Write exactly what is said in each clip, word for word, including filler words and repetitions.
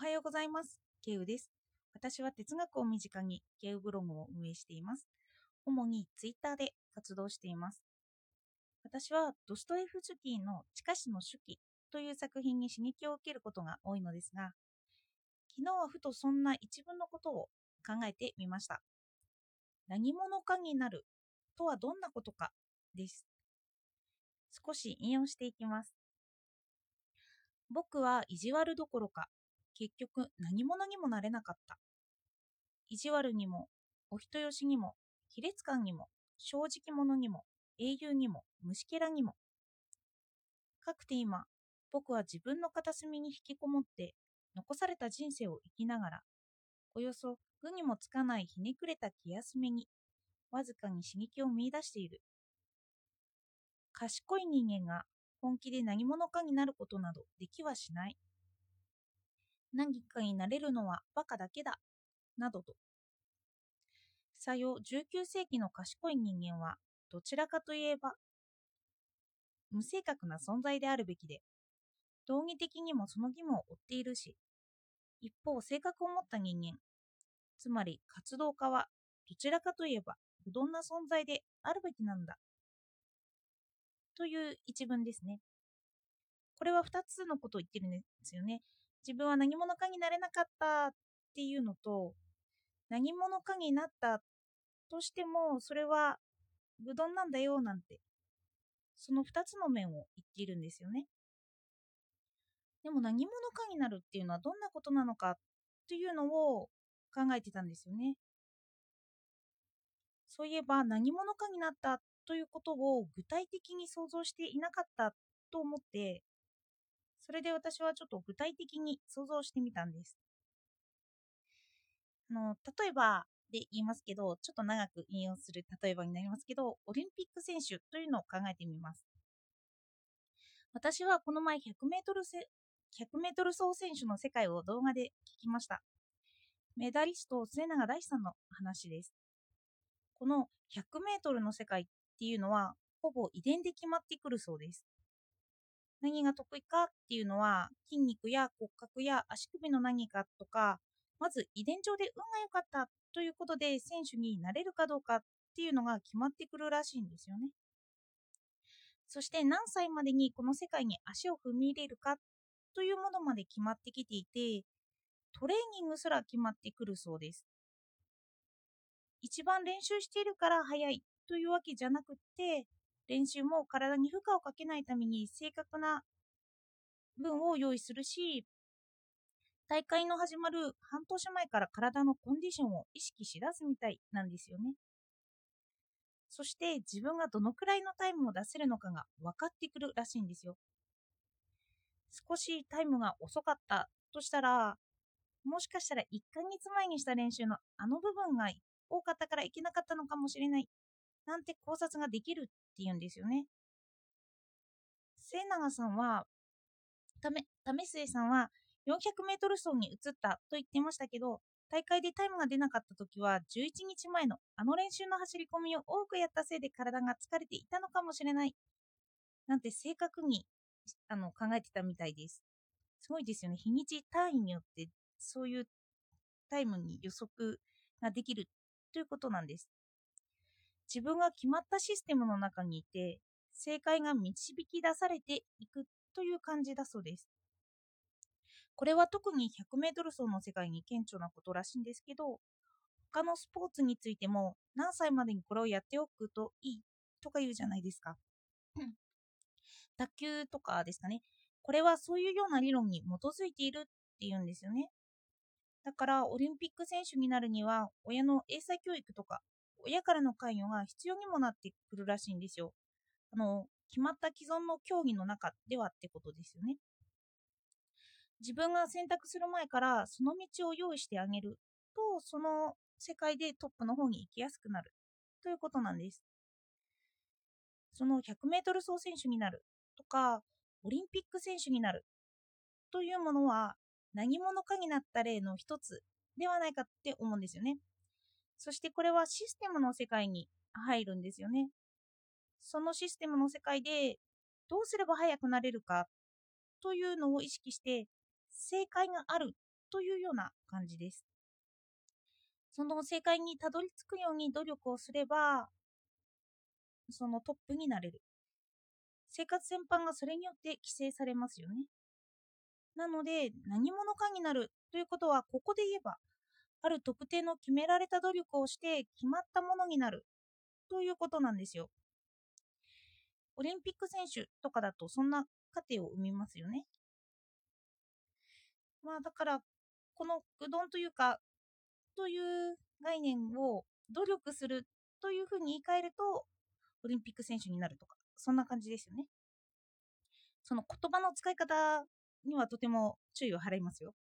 はようございます。ケウです。私は哲学を身近にケウブログを運営しています。主にツイッターで活動しています。私はドストエフスキーの地下史の手記という作品に刺激を受けることが多いのですが、昨日はふとそんな一文のことを考えてみました。何者かになるとはどんなことかです。少し引用していきます。僕は意地悪どころか、結局何者にもなれなかった。意地悪にも、お人よしにも、卑劣感にも、正直者にも、英雄にも、虫けらにも。かくて今、僕は自分の片隅に引きこもって、残された人生を生きながら、およそ具にもつかないひねくれた気休めに、わずかに刺激を見出している。賢い人間が本気で何者かになることなどできはしない。何かになれるのはバカだけだ、などと。さよじゅうきゅう世紀の賢い人間はどちらかといえば無性格な存在であるべきで、道義的にもその義務を負っているし、一方性格を持った人間、つまり活動家はどちらかといえば不穏な存在であるべきなんだという一文ですね。これはふたつのことを言ってるんですよね。自分は何者かになれなかったっていうのと、何者かになったとしてもそれは不穏なんだよなんて、そのふたつの面を言っているんですよね。でも何者かになるっていうのはどんなことなのかというのを考えてたんですよね。そういえば何者かになったということを具体的に想像していなかったと思って、それで私はちょっと具体的に想像してみたんです。あの例えばで言いますけど、ちょっと長く引用する例えばになりますけど、オリンピック選手というのを考えてみます。私はこの前ひゃくメートルせひゃくメートル走選手の世界を動画で聞きました。メダリスト末永大さんの話です。このひゃくメートルの世界っていうのはほぼ遺伝で決まってくるそうです。何が得意かっていうのは筋肉や骨格や足首の何かとか、まず遺伝上で運が良かったということで選手になれるかどうかっていうのが決まってくるらしいんですよね。そして何歳までにこの世界に足を踏み入れるかというものまで決まってきていて、トレーニングすら決まってくるそうです。一番練習しているから速いというわけじゃなくって、練習も体に負荷をかけないために正確な分を用意するし、大会の始まる半年前から体のコンディションを意識しだすみたいなんですよね。そして自分がどのくらいのタイムを出せるのかが分かってくるらしいんですよ。少しタイムが遅かったとしたら、もしかしたらいっかげつまえにした練習のあの部分が多かったからいけなかったのかもしれないなんて考察ができるっていうんですよね。末永さんは、ため、為末さんはよんひゃくメートル走に移ったと言ってましたけど、大会でタイムが出なかった時はじゅういちにちまえのあの練習の走り込みを多くやったせいで体が疲れていたのかもしれないなんて正確にあの考えてたみたいです。すごいですよね。日にち単位によってそういうタイムに予測ができるということなんです。自分が決まったシステムの中にいて、正解が導き出されていくという感じだそうです。これは特にひゃくメートル走の世界に顕著なことらしいんですけど、他のスポーツについても何歳までにこれをやっておくといいとか言うじゃないですか。卓球とかですかね。これはそういうような理論に基づいているっていうんですよね。だからオリンピック選手になるには親の英才教育とか親からの関与が必要にもなってくるらしいんですよ。あの決まった既存の競技の中ではってことですよね。自分が選択する前からその道を用意してあげると、その世界でトップの方に行きやすくなるということなんです。そのひゃくメートル走選手になるとかオリンピック選手になるというものは何者かになった例の一つではないかって思うんですよね。そしてこれはシステムの世界に入るんですよね。そのシステムの世界でどうすれば速くなれるかというのを意識して正解があるというような感じです。その正解にたどり着くように努力をすれば、そのトップになれる。生活全般がそれによって規制されますよね。なので、何者かになるということは、ここで言えば、ある特定の決められた努力をして決まったものになるということなんですよ。オリンピック選手とかだとそんな過程を生みますよね。まあだから、このうどんというか、という概念を努力するというふうに言い換えると、オリンピック選手になるとか、そんな感じですよね。その言葉の使い方にはとても注意を払いますよ。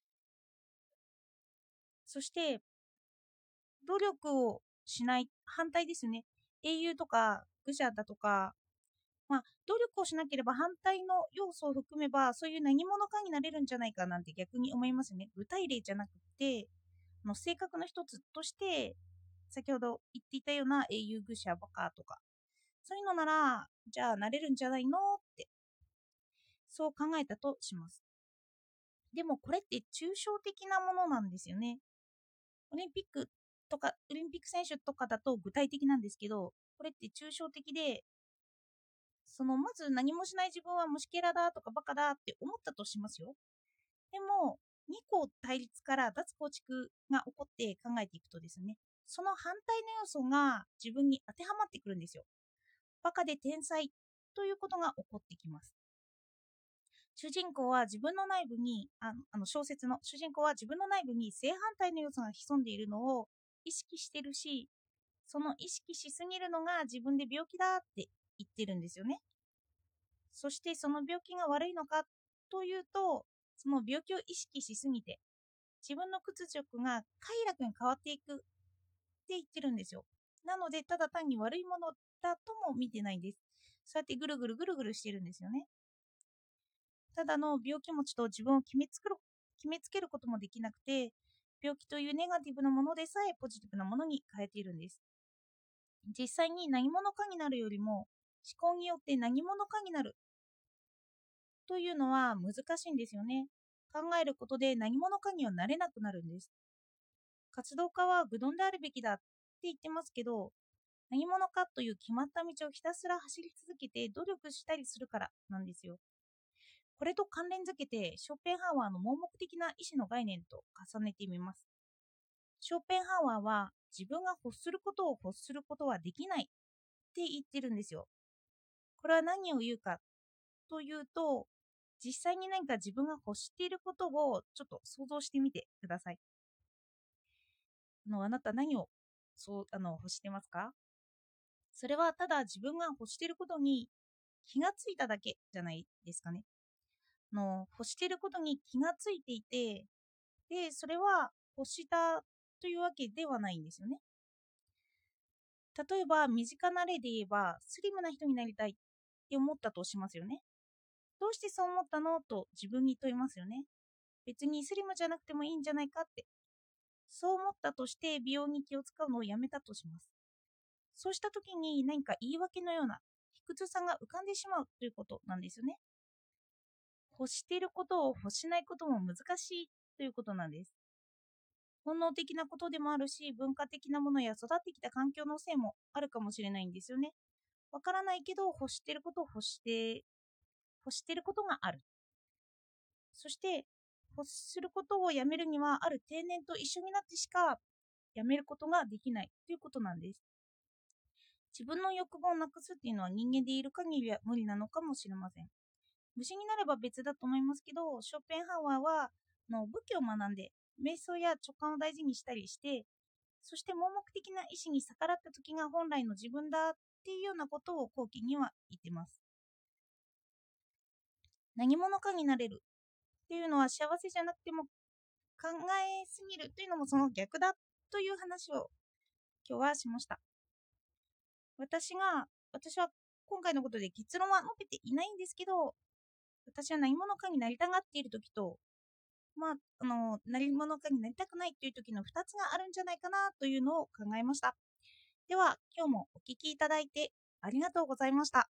そして、努力をしない反対ですね。英雄とか愚者だとか、まあ、努力をしなければ反対の要素を含めば、そういう何者かになれるんじゃないかなんて逆に思いますね。具体例じゃなくて、の性格の一つとして、先ほど言っていたような英雄愚者バカとか、そういうのなら、じゃあなれるんじゃないのって、そう考えたとします。でもこれって抽象的なものなんですよね。オリンピックとか、オリンピック選手とかだと具体的なんですけど、これって抽象的で、そのまず何もしない自分は虫けらだとかバカだって思ったとしますよ。でも、二項対立から脱構築が起こって考えていくとですね、その反対の要素が自分に当てはまってくるんですよ。バカで天才ということが起こってきます。主人公は自分の内部に、ああの小説の主人公は自分の内部に正反対の要素が潜んでいるのを意識してるし、その意識しすぎるのが自分で病気だって言ってるんですよね。そしてその病気が悪いのかというと、その病気を意識しすぎて、自分の屈辱が快楽に変わっていくって言ってるんですよ。なので、ただ単に悪いものだとも見てないんです。そうやってぐるぐるぐるぐるしてるんですよね。ただの病気持ちと自分を決めつくる決めつけることもできなくて、病気というネガティブなものでさえポジティブなものに変えているんです。実際に何者かになるよりも、思考によって何者かになるというのは難しいんですよね。考えることで何者かにはなれなくなるんです。活動家は愚鈍であるべきだって言ってますけど、何者かという決まった道をひたすら走り続けて努力したりするからなんですよ。これと関連づけて、ショーペンハワーの盲目的な意志の概念と重ねてみます。ショーペンハワーは自分が欲することを欲することはできないって言ってるんですよ。これは何を言うかというと、実際に何か自分が欲していることをちょっと想像してみてください。あのあなた何をそうあの欲してますか？それはただ自分が欲していることに気がついただけじゃないですかね。あの欲していることに気がついていて、で、それは欲したというわけではないんですよね。例えば、身近な例で言えば、スリムな人になりたいって思ったとしますよね。どうしてそう思ったのと自分に問いますよね。別にスリムじゃなくてもいいんじゃないかって。そう思ったとして美容に気を使うのをやめたとします。そうした時に何か言い訳のような卑屈さが浮かんでしまうということなんですよね。欲していることを欲しないことも難しいということなんです。本能的なことでもあるし、文化的なものや育ってきた環境のせいもあるかもしれないんですよね。わからないけど、欲していることを欲して、欲していることがある。そして、欲することをやめるには、ある定年と一緒になってしかやめることができないということなんです。自分の欲望をなくすっていうのは人間でいる限りは無理なのかもしれません。虫になれば別だと思いますけど、ショーペンハワーはの武器を学んで、瞑想や直感を大事にしたりして、そして盲目的な意志に逆らった時が本来の自分だっていうようなことを後期には言ってます。何者かになれるっていうのは幸せじゃなくても考えすぎるというのもその逆だという話を今日はしました。私が、私は今回のことで結論は述べていないんですけど、私は何者かになりたがっている時と、まあ、あの、何者かになりたくないという時のふたつがあるんじゃないかなというのを考えました。では、今日もお聞きいただいてありがとうございました。